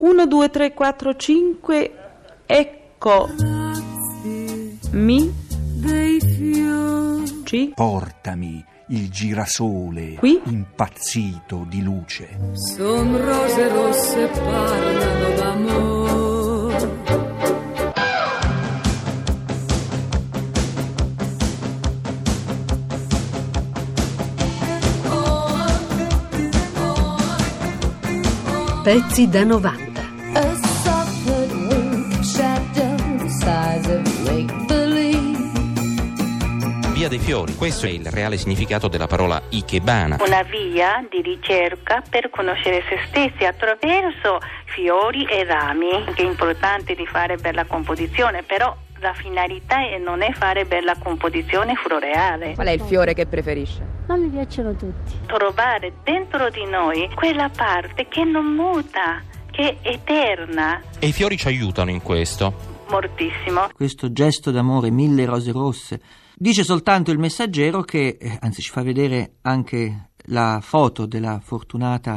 1, 2, 3, 4, 5, ecco mi ci portami il girasole qui impazzito di luce. Son rose rosse parlano d'amor. Pezzi da 90. Via dei Fiori, questo è il reale significato della parola ikebana. Una via di ricerca per conoscere se stessi attraverso fiori e rami, che è importante di fare per la composizione, però la finalità non è fare per la composizione floreale. Qual è il fiore che preferisce? Ma mi piacciono tutti. Trovare dentro di noi quella parte che non muta, che è eterna. E i fiori ci aiutano in questo. Moltissimo. Questo gesto d'amore, 1000 rose rosse, dice soltanto il messaggero che, anzi ci fa vedere anche la foto della fortunata,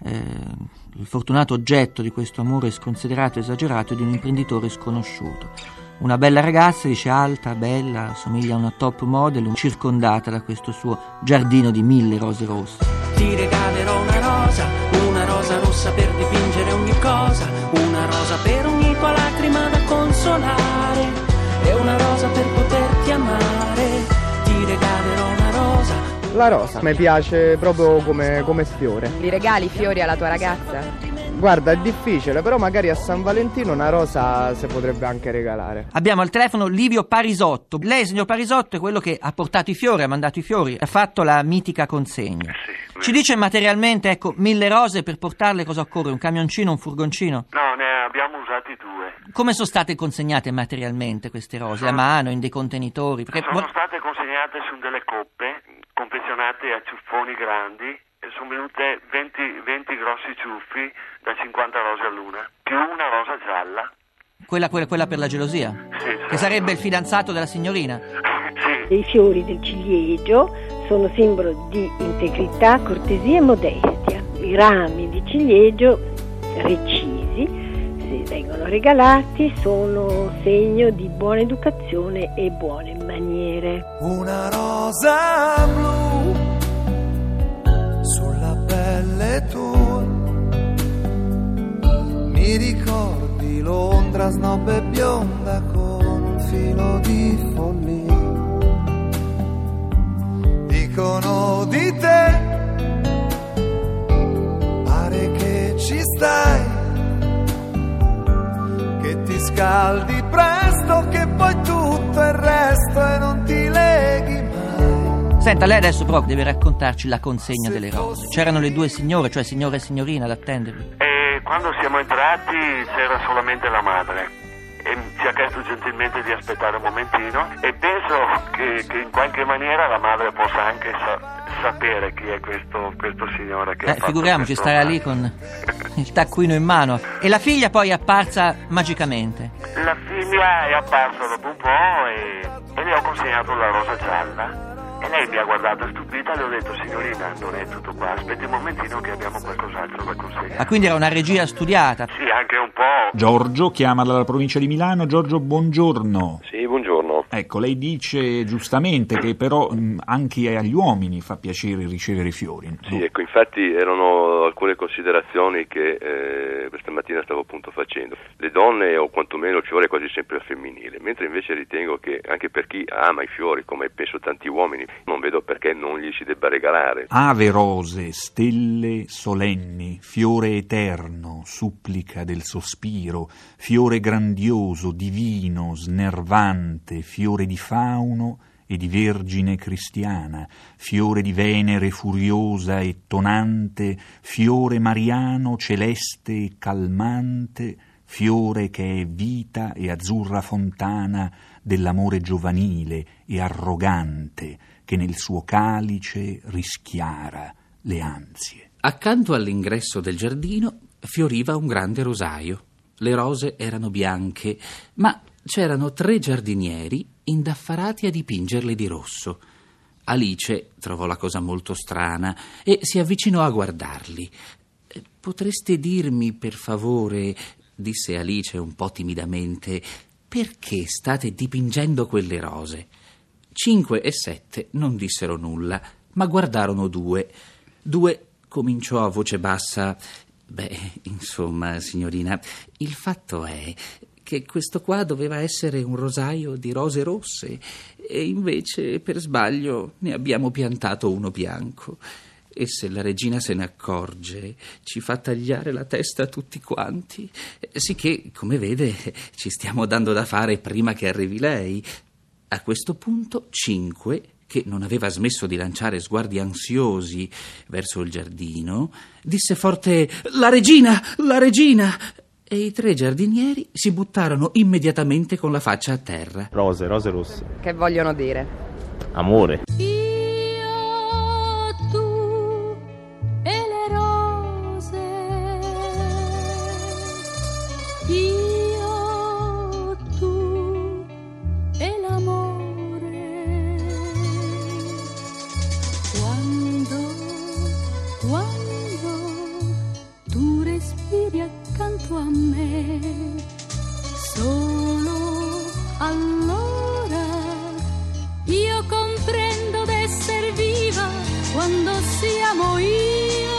il fortunato oggetto di questo amore sconsiderato e esagerato di un imprenditore sconosciuto. Una bella ragazza, dice, alta, bella, somiglia a una top model, circondata da questo suo giardino di 1000 rose rosse. Ti regalerò una rosa rossa per dipingere ogni cosa, una rosa per ogni tua lacrima da consolare, e una rosa per poterti amare. Ti regalerò una rosa. La rosa mi piace proprio come fiore. Li regali i fiori alla tua ragazza? Guarda, è difficile, però magari a San Valentino una rosa si potrebbe anche regalare. Abbiamo al telefono Livio Parisotto. Lei, signor Parisotto, è quello che ha portato i fiori, ha mandato i fiori, ha fatto la mitica consegna. Sì. Ci dice materialmente, 1000 rose, per portarle cosa occorre? Un camioncino, un furgoncino? No, ne abbiamo usati 2. Come sono state consegnate materialmente queste rose? A mano, in dei contenitori? Perché sono state consegnate su delle coppe, confezionate a ciuffoni grandi, e sono venute 20 grossi ciuffi da 50 rose all'una, più una rosa gialla. Quella per la gelosia? Sì. Che sarebbe il fidanzato della signorina? Sì. I fiori del ciliegio sono simbolo di integrità, cortesia e modestia. I rami di ciliegio recisi, se vengono regalati, sono segno di buona educazione e buone maniere. Una rosa blu sulla pelle tua, mi ricordi Londra snob e bionda con un filo di follia. Dicono di te, pare che ci stai, che ti scaldi presto, che poi tutto il resto e non ti leghi mai. Senta, lei adesso però deve raccontarci la consegna delle rose. C'erano le 2 signore, cioè signora e signorina, ad attendervi. E quando siamo entrati c'era solamente la madre e ci ha chiesto gentilmente di aspettare un momentino, e penso che in qualche maniera la madre possa anche sapere chi è questo signore che ha fatto figuriamoci, questo starà lì con il taccuino in mano. E la figlia poi è apparsa magicamente. La figlia è apparsa dopo un po' e le ho consegnato la rosa gialla. E lei mi ha guardato stupita e le ho detto: signorina, non è tutto qua, aspetti un momentino che abbiamo qualcos'altro da consegnare. Ah, quindi era una regia studiata? Sì, anche un po'. Giorgio chiama dalla provincia di Milano. Giorgio, buongiorno. Sì, buongiorno. Ecco, lei dice giustamente che però anche agli uomini fa piacere ricevere fiori. Sì, ecco, infatti erano alcune considerazioni che questa mattina stavo appunto facendo. Le donne, o quantomeno il fiore, è quasi sempre al femminile, mentre invece ritengo che anche per chi ama i fiori, come penso tanti uomini, non vedo perché non gli si debba regalare. Ave rose, stelle solenni, fiore eterno, supplica del sospiro, fiore grandioso, divino, snervante, fiore di fauno e di vergine cristiana, fiore di Venere furiosa e tonante, fiore mariano celeste e calmante, fiore che è vita e azzurra fontana dell'amore giovanile e arrogante, che nel suo calice rischiara le ansie. Accanto all'ingresso del giardino fioriva un grande rosaio. Le rose erano bianche, ma c'erano 3 giardinieri indaffarati a dipingerle di rosso. Alice trovò la cosa molto strana e si avvicinò a guardarli. Potreste dirmi, per favore, disse Alice un po' timidamente, perché state dipingendo quelle rose? 5 e 7 non dissero nulla, ma guardarono Due. Due cominciò a voce bassa: insomma, signorina, il fatto è che questo qua doveva essere un rosaio di rose rosse e invece per sbaglio ne abbiamo piantato uno bianco. E se la regina se ne accorge, ci fa tagliare la testa a tutti quanti. Sicché, come vede, ci stiamo dando da fare prima che arrivi lei. A questo punto 5, che non aveva smesso di lanciare sguardi ansiosi verso il giardino, disse forte: La regina! La regina! E i 3 giardinieri si buttarono immediatamente con la faccia a terra. Rose rosse. Che vogliono dire? Amore. Io, tu e l'amore. Quando tu respiri accanto a me, solo allora io comprendo d'esser viva. Quando siamo io,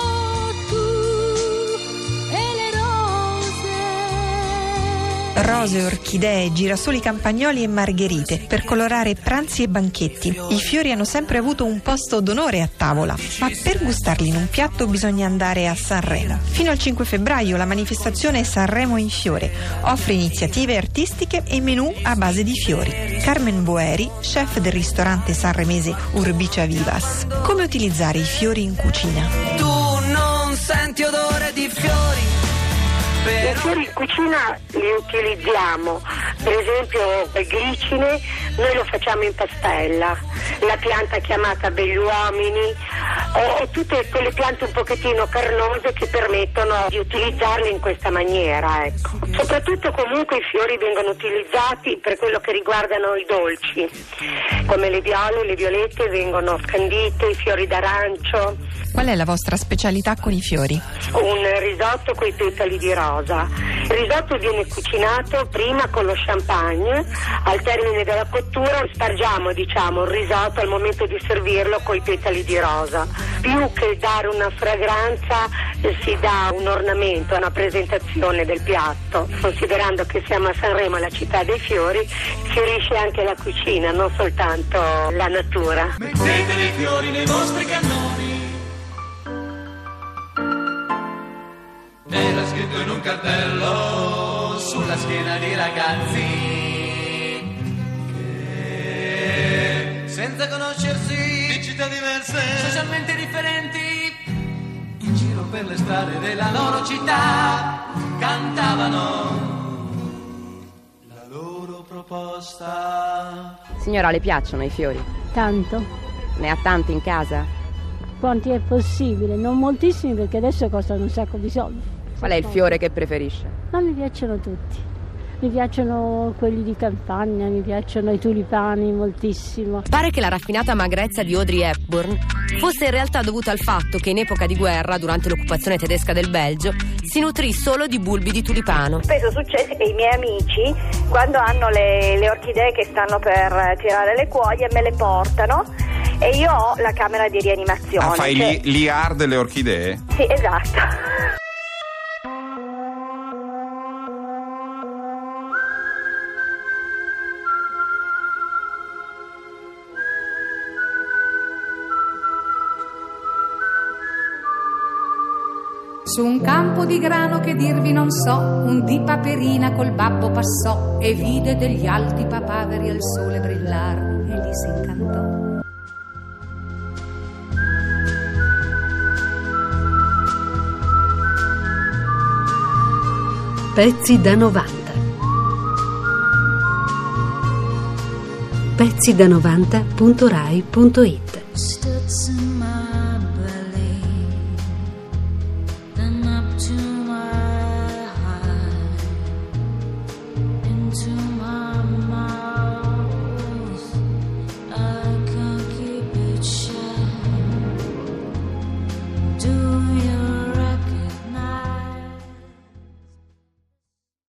rose, orchidee, girasoli campagnoli e margherite per colorare pranzi e banchetti. I fiori hanno sempre avuto un posto d'onore a tavola, ma per gustarli in un piatto bisogna andare a Sanremo. Fino al 5 febbraio la manifestazione Sanremo in Fiore offre iniziative artistiche e menù a base di fiori. Carmen Boeri, chef del ristorante sanremese Urbicia Vivas. Come utilizzare i fiori in cucina? Tu non senti odore di fiori. I fiori in cucina li utilizziamo, per esempio il glicine noi lo facciamo in pastella, la pianta chiamata belluomini o tutte quelle piante un pochettino carnose che permettono di utilizzarle in questa maniera, ecco. Soprattutto comunque i fiori vengono utilizzati per quello che riguardano i dolci, come le viole, le violette vengono scandite, i fiori d'arancio. Qual è la vostra specialità con i fiori? Un risotto con i petali di rosa. Il risotto viene cucinato prima con lo champagne, al termine della cottura spargiamo il risotto al momento di servirlo con i petali di rosa. Più che dare una fragranza si dà un ornamento, una presentazione del piatto. Considerando che siamo a Sanremo, la città dei fiori, fiorisce anche la cucina, non soltanto la natura. Mettete dei fiori nei vostri cannoni. Era scritto in un cartello sulla schiena dei ragazzi che senza conoscersi di città diverse, socialmente differenti, in giro per le strade della loro città cantavano la loro proposta. Signora, le piacciono i fiori? Tanto. Ne ha tanti in casa? Quanti è possibile, non moltissimi perché adesso costano un sacco di soldi. Qual è il fiore che preferisce? Ma mi piacciono tutti. Mi piacciono quelli di campagna, mi piacciono i tulipani moltissimo. Pare che la raffinata magrezza di Audrey Hepburn fosse in realtà dovuta al fatto che in epoca di guerra, durante l'occupazione tedesca del Belgio, si nutrì solo di bulbi di tulipano. Spesso succede che i miei amici, quando hanno le orchidee che stanno per tirare le cuoie, me le portano e io ho la camera di rianimazione. Fai l'IR delle orchidee? Sì, esatto. Su un campo di grano che dirvi non so, un di Paperina col babbo passò e vide degli alti papaveri al sole brillar e gli si incantò. Pezzi da 90. Pezzi da 90.rai.it